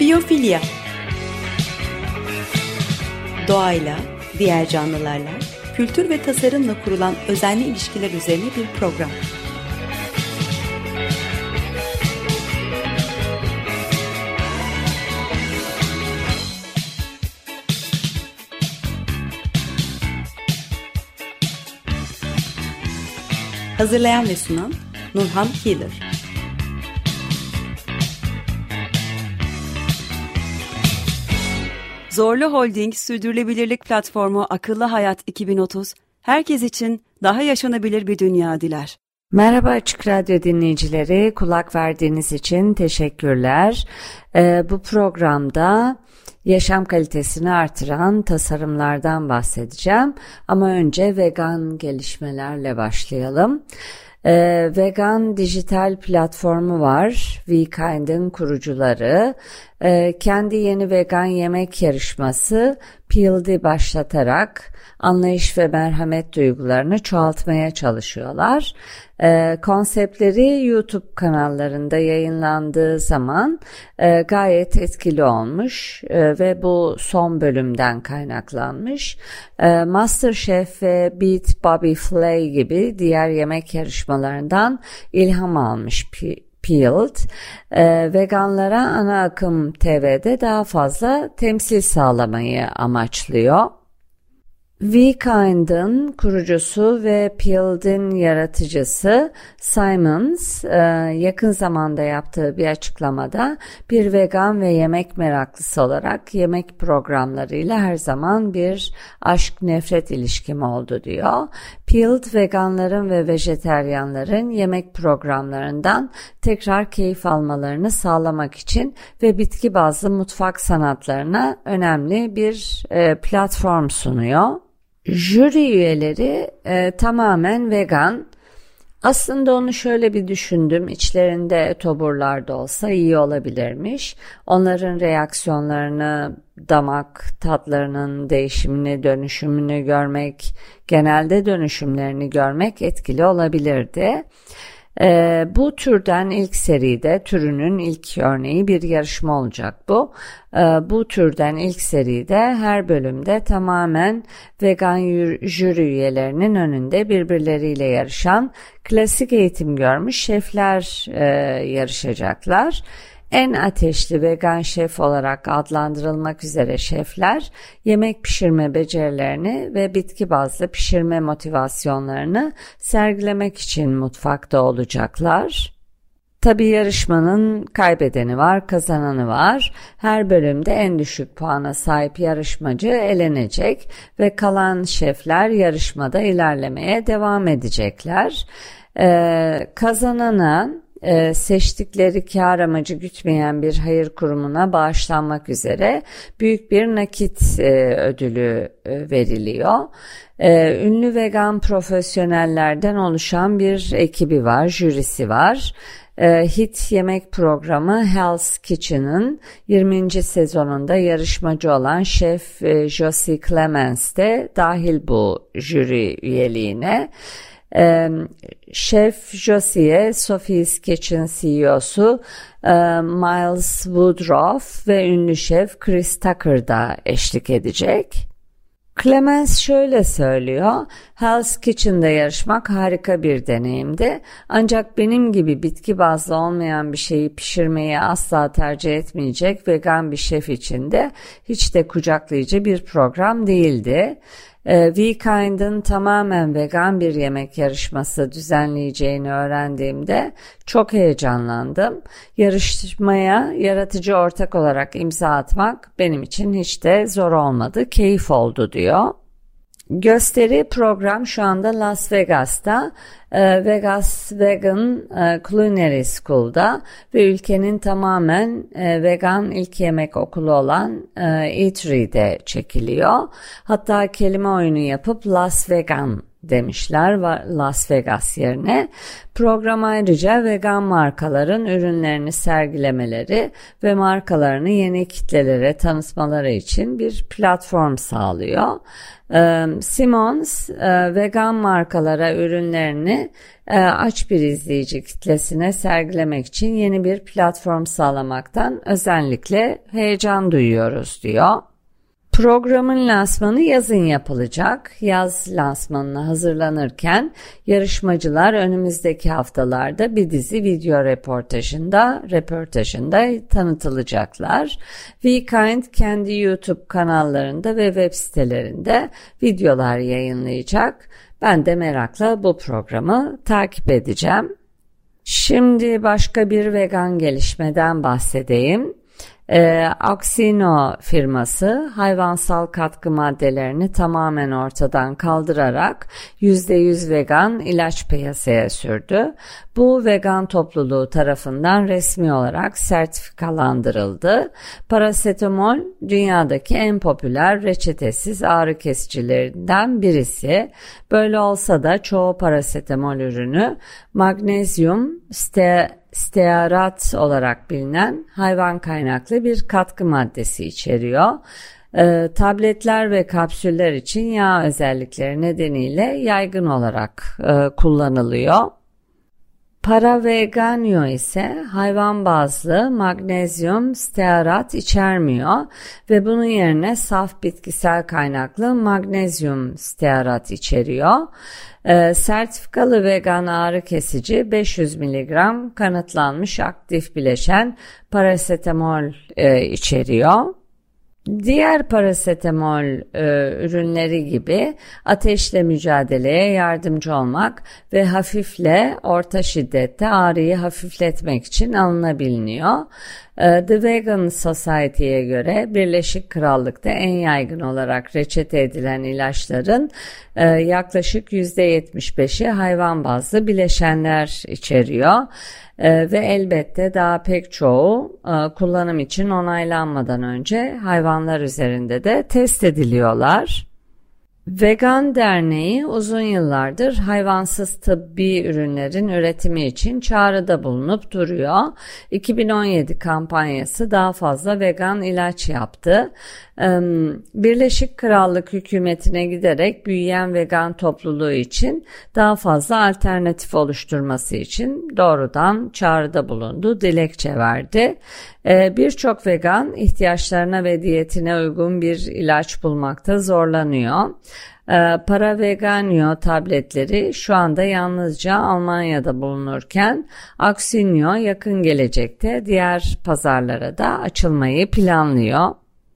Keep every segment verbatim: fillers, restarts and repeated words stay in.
Biyofilya. Doğayla, diğer canlılarla, kültür ve tasarımla kurulan özenli ilişkiler üzerine bir program. Hazırlayan ve sunan Nurhan Keeler. Zorlu Holding Sürdürülebilirlik Platformu Akıllı Hayat iki bin otuz, herkes için daha yaşanabilir bir dünya diler. Merhaba Açık Radyo dinleyicileri, kulak verdiğiniz için teşekkürler. Ee, bu programda yaşam kalitesini artıran tasarımlardan bahsedeceğim. Ama önce vegan gelişmelerle başlayalım. Ee, vegan dijital platformu var. WeKind'in kurucuları e, kendi yeni vegan yemek yarışması Peeled'i başlatarak anlayış ve merhamet duygularını çoğaltmaya çalışıyorlar. E, konseptleri YouTube kanallarında yayınlandığı zaman e, gayet etkili olmuş e, ve bu son bölümden kaynaklanmış. E, MasterChef ve Beat Bobby Flay gibi diğer yemek yarışmalarından ilham almış Peeled, e, veganlara ana akım T V'de daha fazla temsil sağlamayı amaçlıyor. WeKind'in kurucusu ve Peeled'in yaratıcısı Simons yakın zamanda yaptığı bir açıklamada bir vegan ve yemek meraklısı olarak yemek programlarıyla her zaman bir aşk-nefret ilişkim oldu diyor. Peeled, veganların ve vejeteryanların yemek programlarından tekrar keyif almalarını sağlamak için ve bitki bazlı mutfak sanatlarına önemli bir platform sunuyor. Jüri üyeleri e, tamamen vegan. Aslında onu şöyle bir düşündüm, içlerinde toburlar da olsa iyi olabilirmiş. Onların reaksiyonlarını, damak tatlarının değişimini, dönüşümünü görmek, genelde dönüşümlerini görmek etkili olabilirdi. Ee, bu türden ilk seride, türünün ilk örneği bir yarışma olacak bu. Ee, bu türden ilk seride her bölümde tamamen vegan jüri üyelerinin önünde birbirleriyle yarışan klasik eğitim görmüş şefler e, yarışacaklar. En ateşli vegan şef olarak adlandırılmak üzere şefler yemek pişirme becerilerini ve bitki bazlı pişirme motivasyonlarını sergilemek için mutfakta olacaklar. Tabii yarışmanın kaybedeni var, kazananı var. Her bölümde en düşük puana sahip yarışmacı elenecek ve kalan şefler yarışmada ilerlemeye devam edecekler. Ee, kazanana Ee, seçtikleri kâr amacı gütmeyen bir hayır kurumuna bağışlanmak üzere büyük bir nakit e, ödülü e, veriliyor. Ee, ünlü vegan profesyonellerden oluşan bir ekibi var, jürisi var. Ee, hit yemek programı Hell's Kitchen'ın yirminci sezonunda yarışmacı olan şef e, Josie Clemens de dahil bu jüri üyeliğine. Ee, Şef Josie'ye Sophie's Kitchen C E O'su e, Miles Woodruff ve ünlü şef Chris Tucker da eşlik edecek. Clemens şöyle söylüyor: Hell's Kitchen'da yarışmak harika bir deneyimdi. Ancak benim gibi bitki bazlı olmayan bir şeyi pişirmeyi asla tercih etmeyecek vegan bir şef için de hiç de kucaklayıcı bir program değildi. WeKind'in tamamen vegan bir yemek yarışması düzenleyeceğini öğrendiğimde çok heyecanlandım. Yarışmaya yaratıcı ortak olarak imza atmak benim için hiç de zor olmadı, keyif oldu diyor. Gösteri program şu anda Las Vegas'ta, Vegas Vegan Culinary School'da ve ülkenin tamamen vegan ilk yemek okulu olan Eatery'de çekiliyor. Hatta kelime oyunu yapıp Las Vegan demişler Las Vegas yerine. Program ayrıca vegan markaların ürünlerini sergilemeleri ve markalarını yeni kitlelere tanıtmaları için bir platform sağlıyor. Simmons vegan markalara ürünlerini aç bir izleyici kitlesine sergilemek için yeni bir platform sağlamaktan özellikle heyecan duyuyoruz diyor. Programın lansmanı yazın yapılacak. Yaz lansmanına hazırlanırken yarışmacılar önümüzdeki haftalarda bir dizi video reportajında, reportajında tanıtılacaklar. WeKind kendi YouTube kanallarında ve web sitelerinde videolar yayınlayacak. Ben de merakla bu programı takip edeceğim. Şimdi başka bir vegan gelişmeden bahsedeyim. Ee, Oxino firması hayvansal katkı maddelerini tamamen ortadan kaldırarak yüzde yüz vegan ilaç piyasaya sürdü. Bu vegan topluluğu tarafından resmi olarak sertifikalandırıldı. Parasetamol dünyadaki en popüler reçetesiz ağrı kesicilerinden birisi. Böyle olsa da çoğu parasetamol ürünü magnezyum ste stearat olarak bilinen hayvan kaynaklı bir katkı maddesi içeriyor. E, tabletler ve kapsüller için yağ özellikleri nedeniyle yaygın olarak e, kullanılıyor. Paraveganio ise hayvan bazlı magnezyum stearat içermiyor ve bunun yerine saf bitkisel kaynaklı magnezyum stearat içeriyor. E, sertifikalı vegan ağrı kesici beş yüz miligram kanıtlanmış aktif bileşen parasetamol e, içeriyor. Diğer parasetamol e, ürünleri gibi ateşle mücadeleye yardımcı olmak ve hafifle orta şiddette ağrıyı hafifletmek için alınabiliyor. E, The Vegan Society'ye göre Birleşik Krallık'ta en yaygın olarak reçete edilen ilaçların e, yaklaşık yüzde yetmiş beşi hayvan bazlı bileşenler içeriyor. Ee, ve elbette daha pek çoğu e, kullanım için onaylanmadan önce hayvanlar üzerinde de test ediliyorlar. Vegan Derneği uzun yıllardır hayvansız tıbbi ürünlerin üretimi için çağrıda bulunup duruyor. iki bin on yedi kampanyası daha fazla vegan ilaç yaptı. Birleşik Krallık hükümetine giderek büyüyen vegan topluluğu için daha fazla alternatif oluşturması için doğrudan çağrıda bulundu, dilekçe verdi. Birçok vegan ihtiyaçlarına ve diyetine uygun bir ilaç bulmakta zorlanıyor. Paraveganio tabletleri şu anda yalnızca Almanya'da bulunurken Oxino yakın gelecekte diğer pazarlara da açılmayı planlıyor.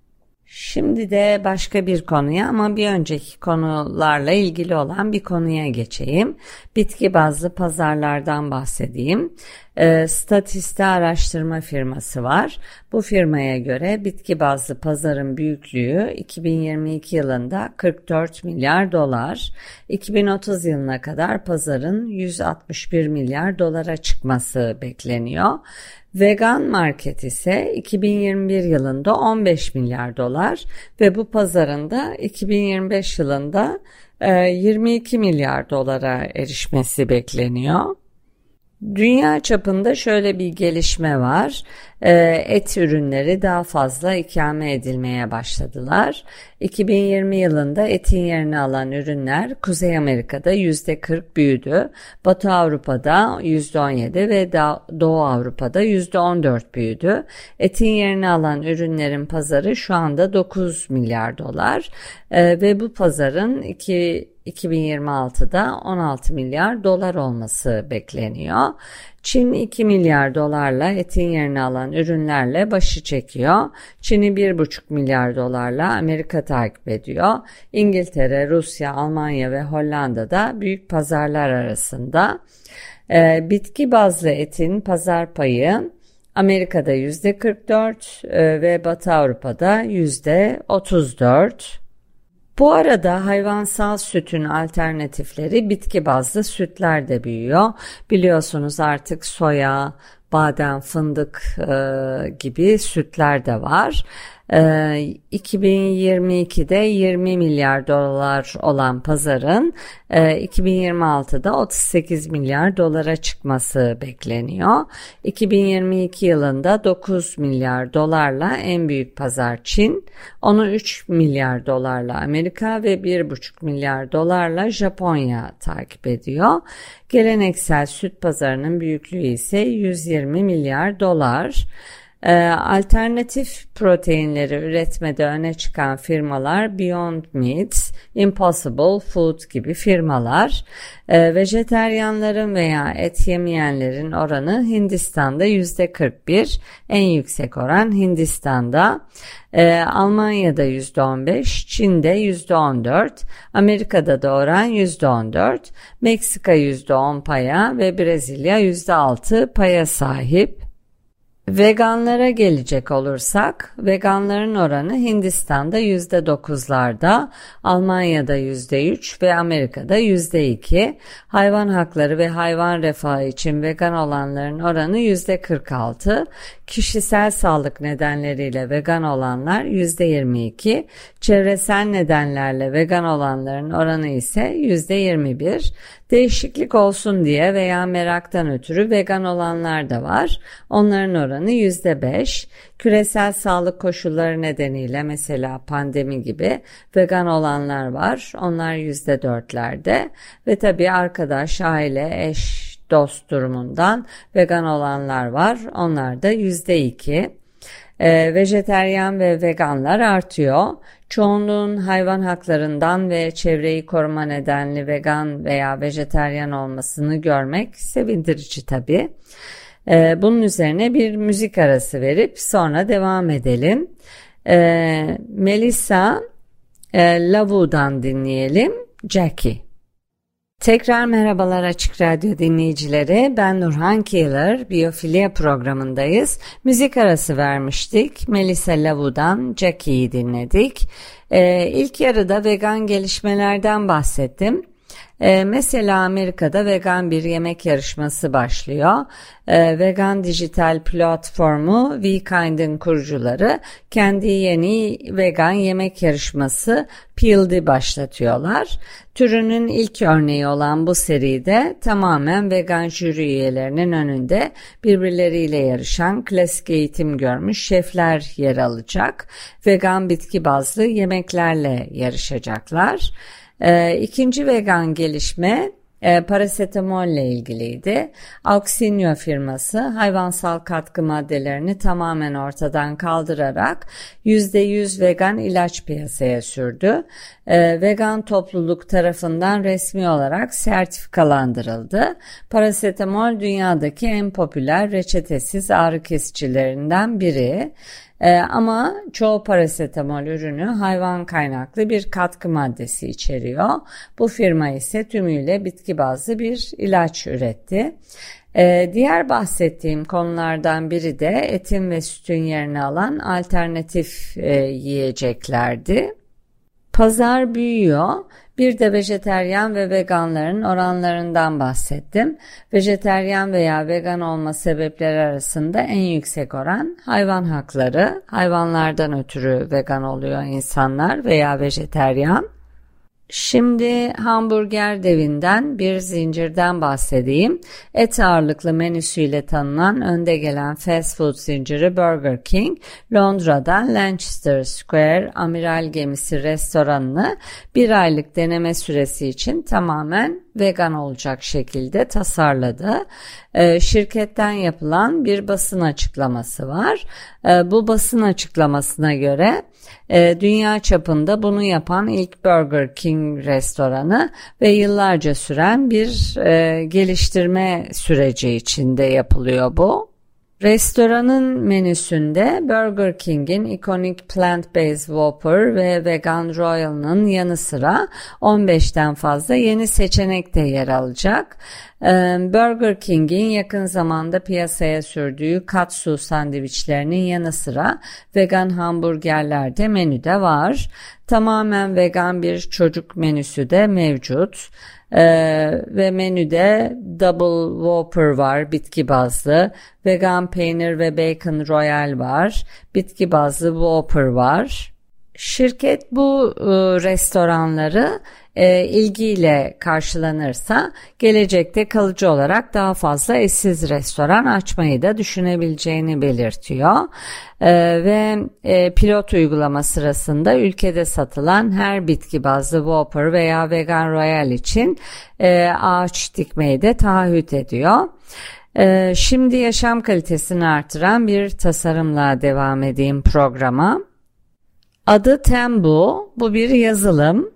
Şimdi de başka bir konuya ama bir önceki konularla ilgili olan bir konuya geçeyim. Bitki bazlı pazarlardan bahsedeyim. E, Statista araştırma firması var. Bu firmaya göre bitki bazlı pazarın büyüklüğü iki bin yirmi iki yılında kırk dört milyar dolar, iki bin otuz yılına kadar pazarın yüz altmış bir milyar dolara çıkması bekleniyor. Vegan Market ise iki bin yirmi bir yılında on beş milyar dolar ve bu pazarın da iki bin yirmi beş yılında yirmi iki milyar dolara erişmesi bekleniyor. Dünya çapında şöyle bir gelişme var. Et ürünleri daha fazla ikame edilmeye başladılar. iki bin yirmi yılında etin yerini alan ürünler Kuzey Amerika'da yüzde kırk büyüdü. Batı Avrupa'da yüzde on yedi ve Doğu Avrupa'da yüzde on dört büyüdü. Etin yerini alan ürünlerin pazarı şu anda dokuz milyar dolar ve bu pazarın iki bin yirmi altıda on altı milyar dolar olması bekleniyor. Çin iki milyar dolarla etin yerini alan ürünlerle başı çekiyor. Çin'i bir buçuk milyar dolarla Amerika takip ediyor. İngiltere, Rusya, Almanya ve Hollanda da büyük pazarlar arasında. Ee, bitki bazlı etin pazar payı Amerika'da yüzde kırk dört e, ve Batı Avrupa'da yüzde otuz dört. Bu arada hayvansal sütün alternatifleri bitki bazlı sütler de büyüyor. Biliyorsunuz artık soya, badem, fındık e, gibi sütler de var. iki bin yirmi ikide yirmi milyar dolar olan pazarın iki bin yirmi altıda otuz sekiz milyar dolara çıkması bekleniyor. iki bin yirmi iki yılında dokuz milyar dolarla en büyük pazar Çin, onu üç milyar dolarla Amerika ve bir buçuk milyar dolarla Japonya takip ediyor. Geleneksel süt pazarının büyüklüğü ise yüz yirmi milyar dolar. Alternatif proteinleri üretmede öne çıkan firmalar Beyond Meat, Impossible Food gibi firmalar. Vejeteryanların veya et yemeyenlerin oranı Hindistan'da yüzde kırk bir, en yüksek oran Hindistan'da. Almanya'da yüzde on beş, Çin'de yüzde on dört, Amerika'da da oran yüzde on dört, Meksika yüzde on paya ve Brezilya yüzde altı paya sahip. Veganlara gelecek olursak, veganların oranı Hindistan'da yüzde dokuzlarda, Almanya'da yüzde üç ve Amerika'da yüzde iki. Hayvan hakları ve hayvan refahı için vegan olanların oranı yüzde kırk altı. Kişisel sağlık nedenleriyle vegan olanlar yüzde yirmi iki. Çevresel nedenlerle vegan olanların oranı ise yüzde yirmi bir. Değişiklik olsun diye veya meraktan ötürü vegan olanlar da var. Onların oranı yüzde beş. Küresel sağlık koşulları nedeniyle, mesela pandemi gibi, vegan olanlar var. Onlar yüzde dörtlerde. Ve tabii arkadaş, aile, eş, dost durumundan vegan olanlar var. Onlar da yüzde iki. E, vejeteryan ve veganlar artıyor. Çoğunluğun hayvan haklarından ve çevreyi koruma nedenli vegan veya vejeteryan olmasını görmek sevindirici tabii. E, bunun üzerine bir müzik arası verip sonra devam edelim. E, Melissa e, Lavu'dan dinleyelim, Jackie. Tekrar merhabalar Açık Radyo dinleyicileri, ben Nurhan Keeler, Biyofilya programındayız. Müzik arası vermiştik, Melissa Lavu'dan Jackie'yi dinledik. Ee, ilk yarıda vegan gelişmelerden bahsettim. Ee, mesela Amerika'da vegan bir yemek yarışması başlıyor. Ee, vegan dijital platformu WeKind'in kurucuları kendi yeni vegan yemek yarışması Peel'di başlatıyorlar. Türünün ilk örneği olan bu seride tamamen vegan jüri üyelerinin önünde birbirleriyle yarışan klasik eğitim görmüş şefler yer alacak. Vegan bitki bazlı yemeklerle yarışacaklar. Ee, ikinci vegan gelişme e, parasetamol ile ilgiliydi. Auxinio firması hayvansal katkı maddelerini tamamen ortadan kaldırarak yüzde yüz vegan ilaç piyasaya sürdü. Ee, vegan topluluk tarafından resmi olarak sertifikalandırıldı. Parasetamol dünyadaki en popüler reçetesiz ağrı kesicilerinden biri. Ee, ama çoğu parasetamol ürünü hayvan kaynaklı bir katkı maddesi içeriyor. Bu firma ise tümüyle bitki bazlı bir ilaç üretti. Ee, diğer bahsettiğim konulardan biri de etin ve sütün yerini alan alternatif e, yiyeceklerdi. Pazar büyüyor. Bir de vejeteryan ve veganların oranlarından bahsettim. Vejeteryan veya vegan olma sebepleri arasında en yüksek oran hayvan hakları. Hayvanlardan ötürü vegan oluyor insanlar veya vejeteryan. Şimdi hamburger devinden bir zincirden bahsedeyim. Et ağırlıklı menüsüyle tanınan önde gelen fast food zinciri Burger King, Londra'dan Lancaster Square amiral gemisi restoranını bir aylık deneme süresi için tamamen vegan olacak şekilde tasarladı. Ee, şirketten yapılan bir basın açıklaması var. Ee, bu basın açıklamasına göre e, dünya çapında bunu yapan ilk Burger King restoranı ve yıllarca süren bir e, geliştirme süreci içinde yapılıyor bu. Restoranın menüsünde Burger King'in ikonik Plant-Based Whopper ve Vegan Royal'ın yanı sıra on beşten fazla yeni seçenek de yer alacak. Burger King'in yakın zamanda piyasaya sürdüğü katsu sandviçlerinin yanı sıra vegan hamburgerler de menüde var. Tamamen vegan bir çocuk menüsü de mevcut. Ee, ve menüde Double Whopper var, bitki bazlı. Vegan peynir ve bacon royal var. Bitki bazlı Whopper var. Şirket bu e, restoranları e, ilgiyle karşılanırsa gelecekte kalıcı olarak daha fazla eşsiz restoran açmayı da düşünebileceğini belirtiyor. E, ve e, pilot uygulama sırasında ülkede satılan her bitki bazlı Whopper veya Vegan Royal için e, ağaç dikmeyi de taahhüt ediyor. E, şimdi yaşam kalitesini artıran bir tasarımla devam edeyim programa. Adı Tembu, bu bir yazılım.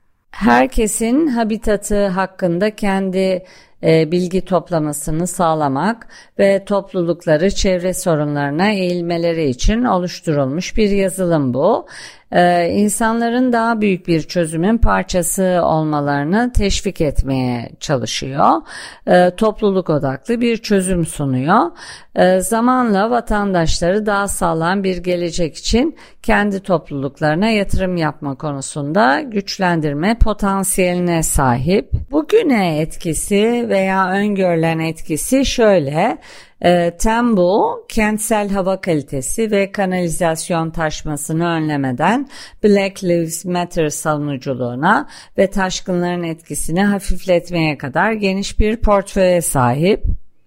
Herkesin habitatı hakkında kendi e, bilgi toplamasını sağlamak ve toplulukları çevre sorunlarına eğilmeleri için oluşturulmuş bir yazılım bu. Ee, insanların daha büyük bir çözümün parçası olmalarını teşvik etmeye çalışıyor. Ee, topluluk odaklı bir çözüm sunuyor. Ee, zamanla vatandaşları daha sağlam bir gelecek için kendi topluluklarına yatırım yapma konusunda güçlendirme potansiyeline sahip. Bugüne etkisi veya öngörülen etkisi şöyle. E, Tembu, kentsel hava kalitesi ve kanalizasyon taşmasını önlemeden Black Lives Matter savunuculuğuna ve taşkınların etkisini hafifletmeye kadar geniş bir portföye sahip.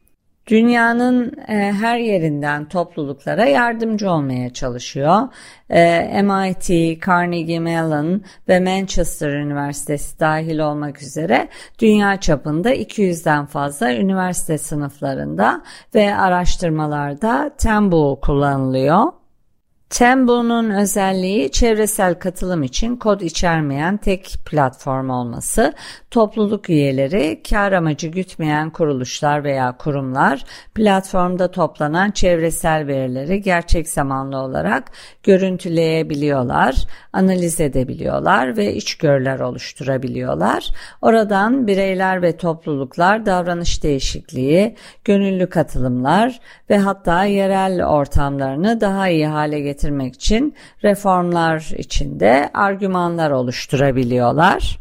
Dünyanın e, her yerinden topluluklara yardımcı olmaya çalışıyor. E, M I T, Carnegie Mellon ve Manchester Üniversitesi dahil olmak üzere dünya çapında iki yüzden fazla üniversite sınıflarında ve araştırmalarda Tembu kullanılıyor. Tembu'nun özelliği çevresel katılım için kod içermeyen tek platform olması. Topluluk üyeleri, kar amacı gütmeyen kuruluşlar veya kurumlar platformda toplanan çevresel verileri gerçek zamanlı olarak görüntüleyebiliyorlar, analiz edebiliyorlar ve içgörüler oluşturabiliyorlar. Oradan bireyler ve topluluklar davranış değişikliği, gönüllü katılımlar ve hatta yerel ortamlarını daha iyi hale getirmek için reformlar içinde argümanlar oluşturabiliyorlar.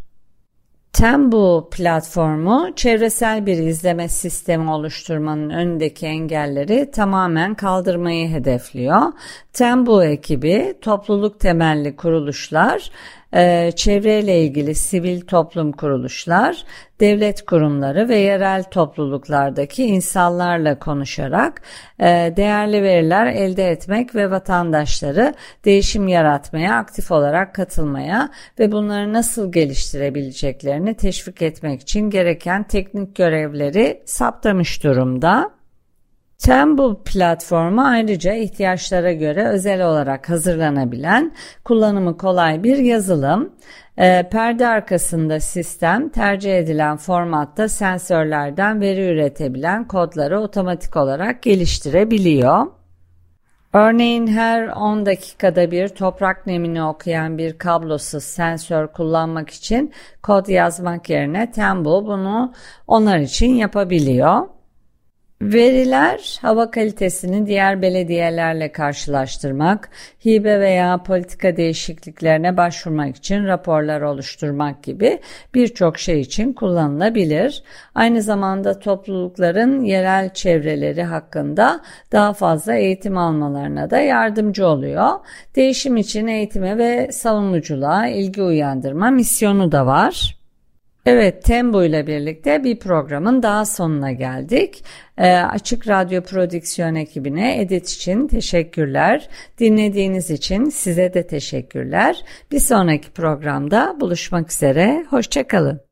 Tembu platformu çevresel bir izleme sistemi oluşturmanın önündeki engelleri tamamen kaldırmayı hedefliyor. Tembu ekibi topluluk temelli kuruluşlar, çevreyle ilgili sivil toplum kuruluşlar, devlet kurumları ve yerel topluluklardaki insanlarla konuşarak değerli veriler elde etmek ve vatandaşları değişim yaratmaya, aktif olarak katılmaya ve bunları nasıl geliştirebileceklerini teşvik etmek için gereken teknik görevleri saptamış durumda. Tembu platformu ayrıca ihtiyaçlara göre özel olarak hazırlanabilen, kullanımı kolay bir yazılım. E, perde arkasında sistem tercih edilen formatta sensörlerden veri üretebilen kodları otomatik olarak geliştirebiliyor. Örneğin her on dakikada bir toprak nemini okuyan bir kablosuz sensör kullanmak için kod yazmak yerine Tembu bunu onlar için yapabiliyor. Veriler, hava kalitesini diğer belediyelerle karşılaştırmak, hibe veya politika değişikliklerine başvurmak için raporlar oluşturmak gibi birçok şey için kullanılabilir. Aynı zamanda toplulukların yerel çevreleri hakkında daha fazla eğitim almalarına da yardımcı oluyor. Değişim için eğitime ve savunuculuğa ilgi uyandırma misyonu da var. Evet, Tembu ile birlikte bir programın daha sonuna geldik. E, Açık Radyo Prodüksiyon ekibine edit için teşekkürler. Dinlediğiniz için size de teşekkürler. Bir sonraki programda buluşmak üzere. Hoşça kalın.